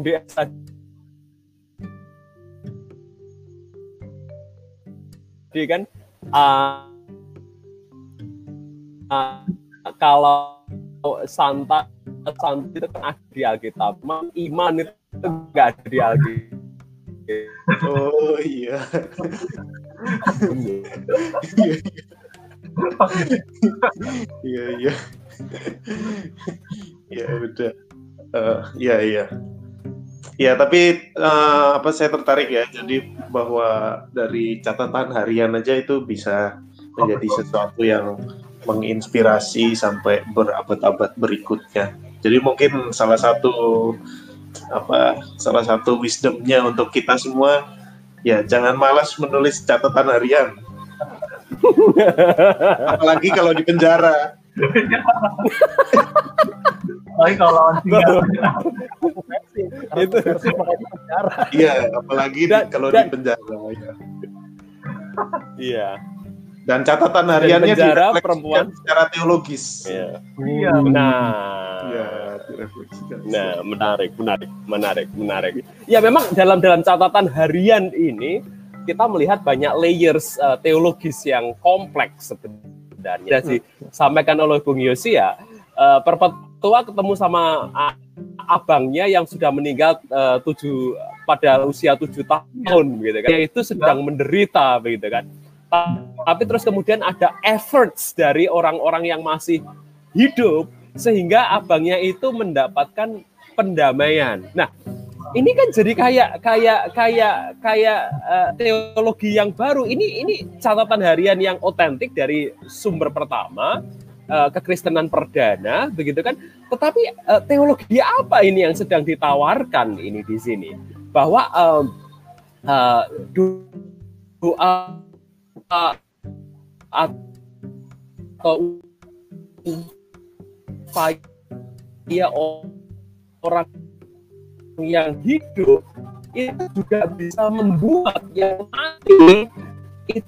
jadi kan kalau santai itu kan ada di Alkitab, iman itu nggak ada di Alkitab. Oh iya. Iya. Ya udah. Iya. Ya tapi saya tertarik ya. Jadi bahwa dari catatan harian aja itu bisa menjadi sesuatu yang menginspirasi sampai berabad-abad berikutnya. Jadi mungkin salah satu wisdomnya untuk kita semua ya jangan malas menulis catatan harian. Apalagi kalau di penjara. Apalagi kalau lawan singa. Itu penjara. Iya, apalagi kalau di penjara. Iya. Dan catatan hariannya direfleksikan perempuan secara teologis. Iya. Iya, direfleksikan. Nah, menarik. Ya memang dalam catatan harian ini kita melihat banyak layers teologis yang kompleks sebenarnya. Disampaikan oleh Bung Yosia, Perpetua ketemu sama abangnya yang sudah meninggal pada usia 7 tahun gitu kan. Yaitu sedang menderita begitu kan. Tapi terus kemudian ada efforts dari orang-orang yang masih hidup sehingga abangnya itu mendapatkan pendamaian. Nah, ini kan jadi kayak teologi yang baru. Ini catatan harian yang otentik dari sumber pertama, kekristenan perdana, begitu kan? Tetapi teologi apa ini yang sedang ditawarkan ini di sini? Bahwa doa atau upaya orang yang hidup itu juga bisa membuat yang mati itu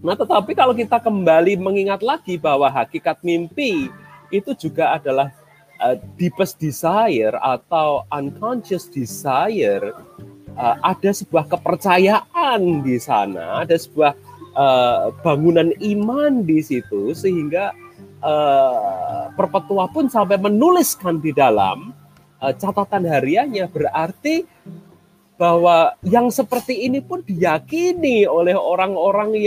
Nah, tetapi kalau kita kembali mengingat lagi bahwa hakikat mimpi itu juga adalah deepest desire atau unconscious desire, ada sebuah kepercayaan di sana, ada sebuah bangunan iman di situ, sehingga Perpetua pun sampai menuliskan di dalam catatan hariannya, berarti bahwa yang seperti ini pun diyakini oleh orang-orang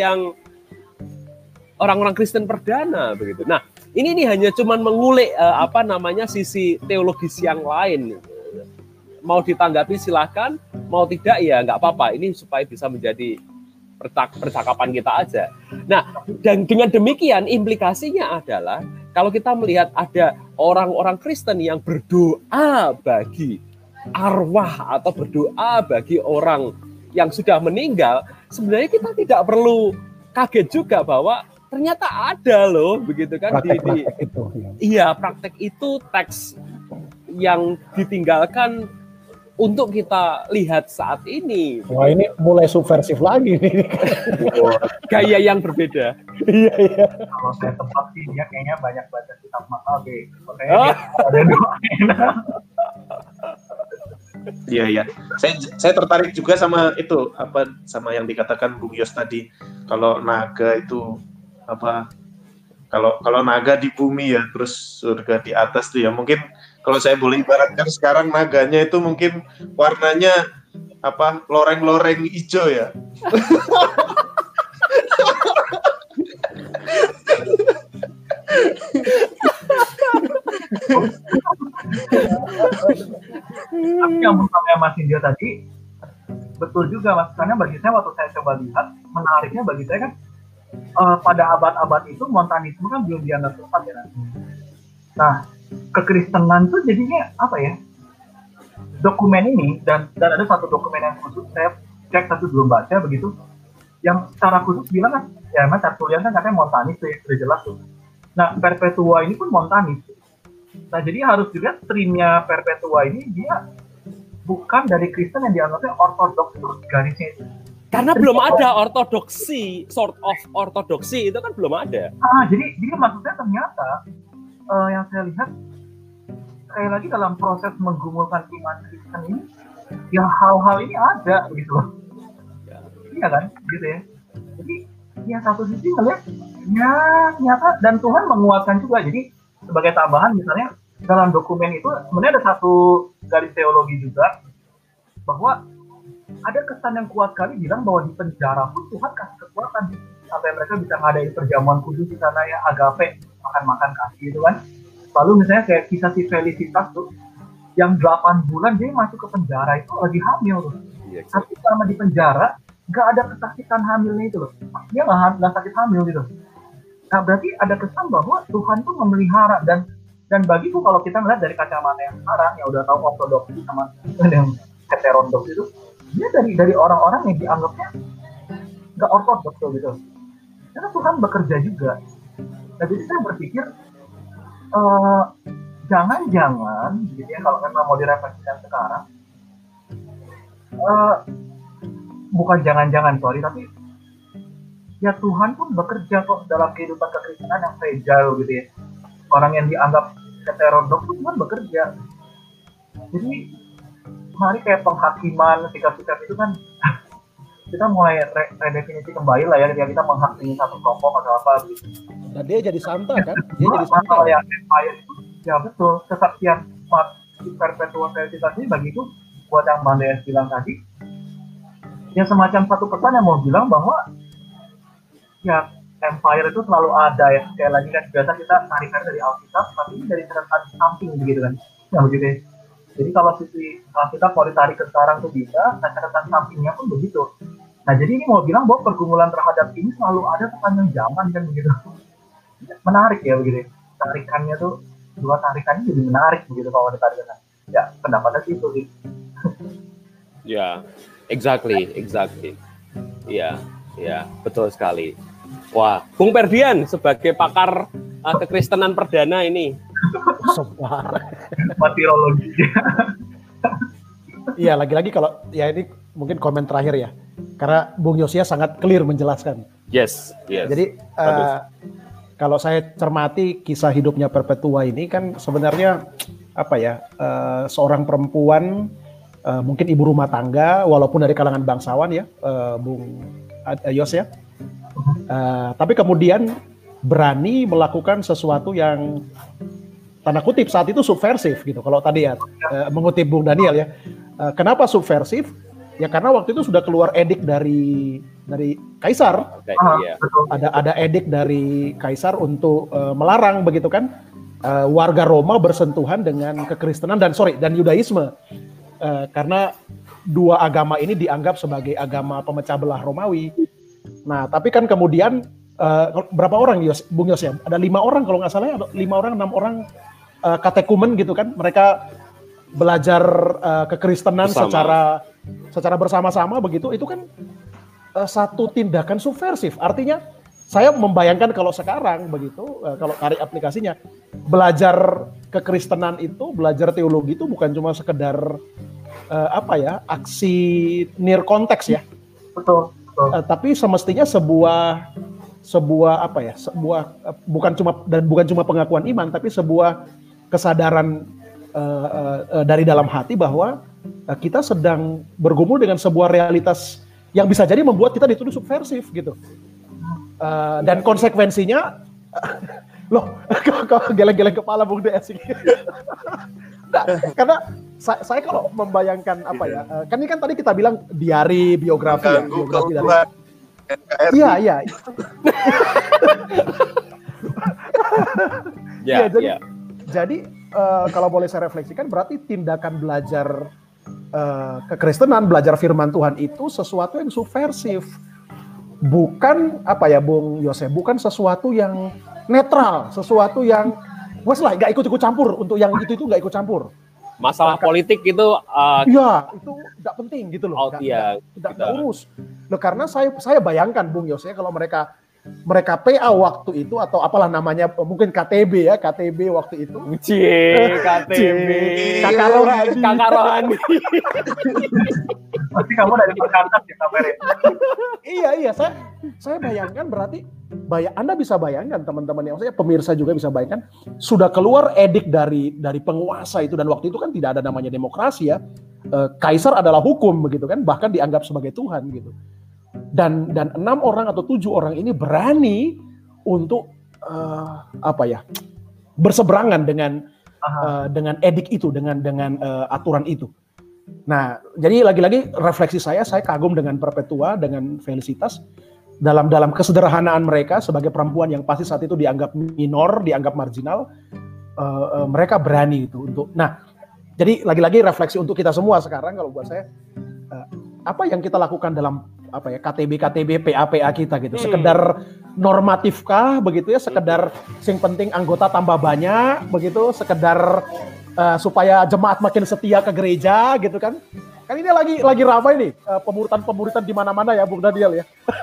Kristen perdana begitu. Nah, ini hanya cuman mengulik sisi teologis yang lain. Mau ditanggapi silakan, mau tidak ya nggak apa-apa. Ini supaya bisa menjadi percakapan kita aja. Nah, dan dengan demikian implikasinya adalah kalau kita melihat ada orang-orang Kristen yang berdoa bagi arwah atau berdoa bagi orang yang sudah meninggal, sebenarnya kita tidak perlu kaget juga bahwa ternyata ada loh begitu kan praktek itu. Iya, praktek itu teks yang ditinggalkan untuk kita lihat saat ini. Wah, ini mulai subversif lagi nih. Gaya yang berbeda. Iya. Kalau saya tempat sih dia kayaknya banyak baca kitab Makabe. Makanya ada doain. Iya. Saya tertarik juga sama itu sama yang dikatakan Bung Yos tadi. Kalau naga itu kalau naga di bumi ya, terus surga di atas tuh ya. Mungkin kalau saya boleh ibaratkan sekarang naganya itu mungkin warnanya loreng-loreng hijau ya. Tapi yang menurut Mas Indio tadi betul juga Mas, karena bagi saya waktu saya coba lihat, menariknya bagi saya kan pada abad-abad itu montanisme kan belum dianggap tepat ya. Nah, kekristenan tuh jadinya dokumen ini dan ada satu dokumen yang khusus saya cek tapi belum baca begitu, yang secara khusus bilang kan ya Mas Tertullian kan katanya montanis tuh ya, sudah jelas tuh. Nah, Perpetua ini pun montanis. Nah, jadi harus juga streamnya Perpetua ini dia bukan dari Kristen yang dianggapnya ortodoks itu garisnya itu. Karena belum ada ortodoksi, sort of ortodoksi itu kan belum ada. Jadi maksudnya ternyata yang saya lihat sekali lagi dalam proses menggumulkan iman Kristen ini, ya hal-hal ini ada begitu loh. Iya kan, gitu ya. Jadi ya satu sisi ngeliat ya nyata dan Tuhan menguatkan juga. Jadi sebagai tambahan misalnya dalam dokumen itu sebenarnya ada satu garis teologi juga bahwa ada kesan yang kuat sekali bilang bahwa di penjara pun Tuhan kasih kekuatan sampai mereka bisa ngadain perjamuan kudus di sana ya, agape, makan-makan kasih gitu kan. Lalu misalnya kayak kisah si Felicitas tuh yang 8 bulan dia masuk ke penjara itu lagi hamil tuh. Tapi selama di penjara nggak ada kesakitan hamilnya itu loh. Dia nggak sakit hamil gitu. Nah, berarti ada kesan bahwa Tuhan tuh memelihara dan bagiku kalau kita melihat dari kacamata yang sekarang yang udah tahu ortodoksi sama yang heterodoks itu, dia dari orang-orang yang dianggapnya nggak ortodoks gitu. Karena Tuhan bekerja juga. Nah, jadi saya berpikir jangan-jangan gitu ya, kalau memang mau direfleksikan sekarang, bukan jangan-jangan tapi ya Tuhan pun bekerja kok dalam kehidupan kekristenan yang fragile gitu ya. Orang yang dianggap heterodoks itu Tuhan bekerja. Jadi mari kayak penghakiman sikap-sikap itu kan kita mulai redefinisi kembali lah ya, ketika kita menghakimi satu kelompok atau apa gitu. Dan dia jadi santa kan? Dia jadi santa. Ya, empire itu, ya betul. Kesaksian Perpetua Felicitas ini bagiku buat yang Bang DS bilang tadi, ya semacam satu pesan yang mau bilang bahwa ya empire itu selalu ada ya. Kayak lagi kan biasa kita tarikan dari Alkitab, tapi ini dari catatan samping begitu kan. Ya begitu ya. Jadi kalau sisi Alkitab mau ditarik ke sekarang tuh bisa, nah catatan sampingnya pun begitu. Nah, jadi ini mau bilang bahwa pergumulan terhadap ini selalu ada sepanjang zaman kan begitu. Menarik ya begitu. Tarikannya tuh, dua tarikannya jadi menarik begitu kalau ditarikan. Ya, pendapatnya sih itu sih. Ya, exactly. Iya, betul sekali. Wah, Bung Ferdian sebagai pakar kekristenan perdana ini. Martirologi. Iya, lagi-lagi kalau ya ini mungkin komen terakhir ya. Karena Bung Yosia sangat clear menjelaskan Yes. Jadi kalau saya cermati kisah hidupnya Perpetua ini kan sebenarnya seorang perempuan mungkin ibu rumah tangga walaupun dari kalangan bangsawan ya, Bung Yos ya. Tapi kemudian berani melakukan sesuatu yang tanda kutip saat itu subversif gitu. Kalau tadi ya mengutip Bung Daniel ya. Kenapa subversif? Ya karena waktu itu sudah keluar edik dari Kaisar. Ada edik dari Kaisar untuk melarang begitu kan warga Roma bersentuhan dengan kekristenan dan Yudaisme. Karena dua agama ini dianggap sebagai agama pemecah belah Romawi. Nah, tapi kan kemudian berapa orang Bung Yos ya? Ada 5 orang kalau nggak salah ya, 5 orang, 6 orang katekumen gitu kan. Mereka belajar kekristenan secara bersama-sama begitu. Itu kan satu tindakan subversif. Artinya saya membayangkan kalau sekarang begitu, kalau tarik aplikasinya, belajar kekristenan itu, belajar teologi itu bukan cuma sekedar aksi near konteks ya. Betul. Tapi semestinya sebuah bukan cuma pengakuan iman, tapi sebuah kesadaran dari dalam hati bahwa kita sedang bergumul dengan sebuah realitas yang bisa jadi membuat kita dituduh subversif gitu. Dan konsekuensinya loh, kok geleng-geleng kepala Bung DS nah, karena saya kalau membayangkan kan ini kan tadi kita bilang diari biografi dari iya jadi kalau boleh saya refleksikan berarti tindakan belajar kekristenan, belajar firman Tuhan itu sesuatu yang subversif. Bukan Bung Yosef, bukan sesuatu yang netral, sesuatu yang nggak ikut campur, untuk yang itu nggak ikut campur. Masalah politik itu itu nggak penting gitu loh, tidak urus. Loh, karena saya bayangkan Bung Yosef kalau mereka PA waktu itu atau apalah namanya, mungkin KTB waktu itu. KTB. Kakak Rohani. Pasti kamu dari perkantas ya kabarnya. Iya, saya bayangkan berarti Anda bisa bayangkan teman-teman yang saya pemirsa juga bisa bayangkan sudah keluar edik dari penguasa itu, dan waktu itu kan tidak ada namanya demokrasi ya. Kaisar adalah hukum begitu kan, bahkan dianggap sebagai Tuhan gitu. Dan 6 orang atau 7 orang ini berani untuk berseberangan dengan edik itu, dengan aturan itu. Nah, jadi lagi-lagi refleksi saya kagum dengan Perpetua, dengan Felicitas dalam kesederhanaan mereka sebagai perempuan yang pasti saat itu dianggap minor, dianggap marginal. Mereka berani itu untuk. Nah, jadi lagi-lagi refleksi untuk kita semua sekarang kalau buat saya, apa yang kita lakukan dalam KTB, PA kita gitu. Sekedar normatifkah begitu ya, sekedar sing penting anggota tambah banyak begitu, sekedar supaya jemaat makin setia ke gereja gitu kan. Kan ini lagi ramai nih pemuritan di mana-mana ya Bung Daniel ya.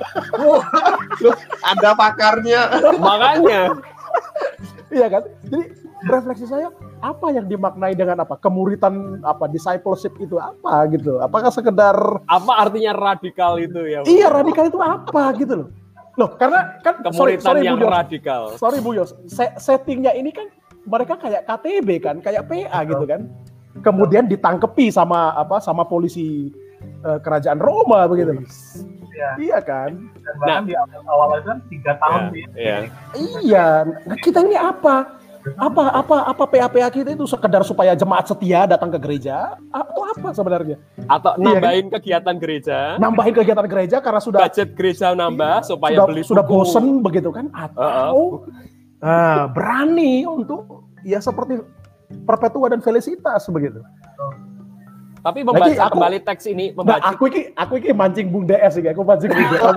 Ada pakarnya. Makanya. Iya kan? Jadi refleksi saya, apa yang dimaknai dengan Kemuritan discipleship itu apa gitu? Apakah sekedar artinya radikal itu ya? Iya, radikal itu apa gitu loh. Loh, karena kan Kemuritan yang radikal. Sorry Bu Yos, settingnya ini kan mereka kayak KTB kan, kayak PA gitu kan. Kemudian ditangkepi sama polisi kerajaan Roma begitu. Iya kan? Dan bahkan di awal itu kan 3 tahun Iya. Nah, kita ini apa PA kita itu sekedar supaya jemaat setia datang ke gereja atau apa sebenarnya? Atau nambahin kegiatan gereja? Nambahin kegiatan gereja karena sudah budget gereja nambah supaya beli sudah bosen begitu kan? Atau berani untuk ya seperti Perpetua dan Felicitas begitu. Tapi membaca kembali teks ini, aku iki mancing Bung DS iki, aku mancing Bung DS.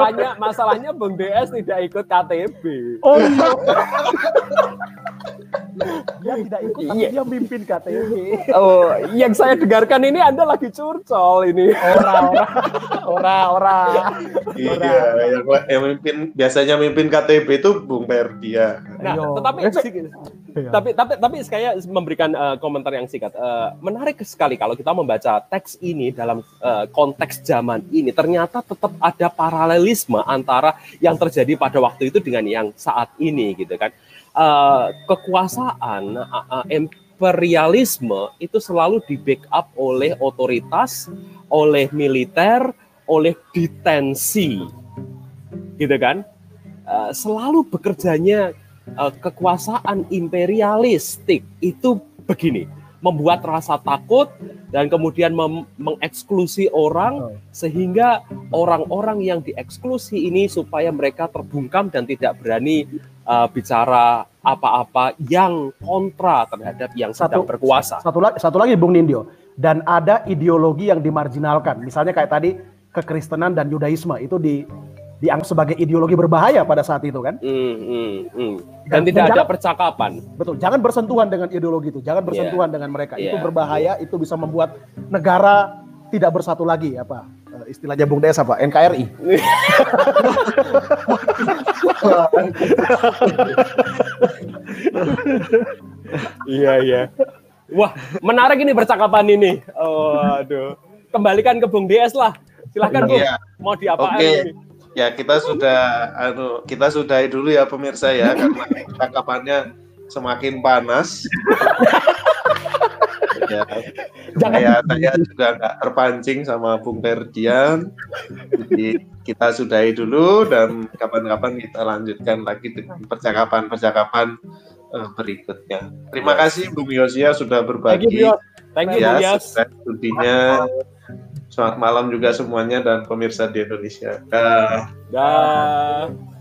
Masalahnya Bung DS tidak ikut KTB. Oh iya. Dia tidak ikut, tapi Iya. dia mimpin KTB. Oh, yang saya dengarkan ini Anda lagi curcol ini. Ora. Iya, yang biasanya mimpin KTB itu Bung Ferdia. Nah, Ayo. tapi saya memberikan komentar yang singkat. Menarik sekali kalau kita membaca teks ini dalam konteks zaman ini, ternyata tetap ada paralelisme antara yang terjadi pada waktu itu dengan yang saat ini, gitu kan. Kekuasaan, imperialisme itu selalu di backup oleh otoritas, oleh militer, oleh detensi, gitu kan. Selalu bekerjanya kekuasaan imperialistik itu begini, membuat rasa takut dan kemudian mengeksklusi orang sehingga orang-orang yang dieksklusi ini supaya mereka terbungkam dan tidak berani bicara apa-apa yang kontra terhadap yang sedang berkuasa. Satu lagi Bung Nindyo, dan ada ideologi yang dimarginalkan, misalnya kayak tadi kekristenan dan Yudaisme itu dianggap sebagai ideologi berbahaya pada saat itu kan. Dan tidak ada percakapan. Betul, jangan bersentuhan dengan ideologi itu, jangan bersentuhan dengan mereka. Itu berbahaya, itu bisa membuat negara tidak bersatu lagi, apa istilahnya Bung Des apa? NKRI. Iya. Wah, menarik ini percakapan ini. Oh, aduh. Kembalikan ke Bung DS lah. Silakan Bung. Iya. Mau diapain ini? Ya, kita sudahi dulu ya pemirsa ya, karena percakapannya semakin panas. Ya, saya juga nggak terpancing sama Bung Ferdian, jadi kita sudahi dulu dan kapan-kapan kita lanjutkan lagi dengan percakapan berikutnya. Terima kasih Bung Yosia sudah berbagi. Thank you Bung Yos. Studinya. Selamat malam juga semuanya dan pemirsa di Indonesia. Dah.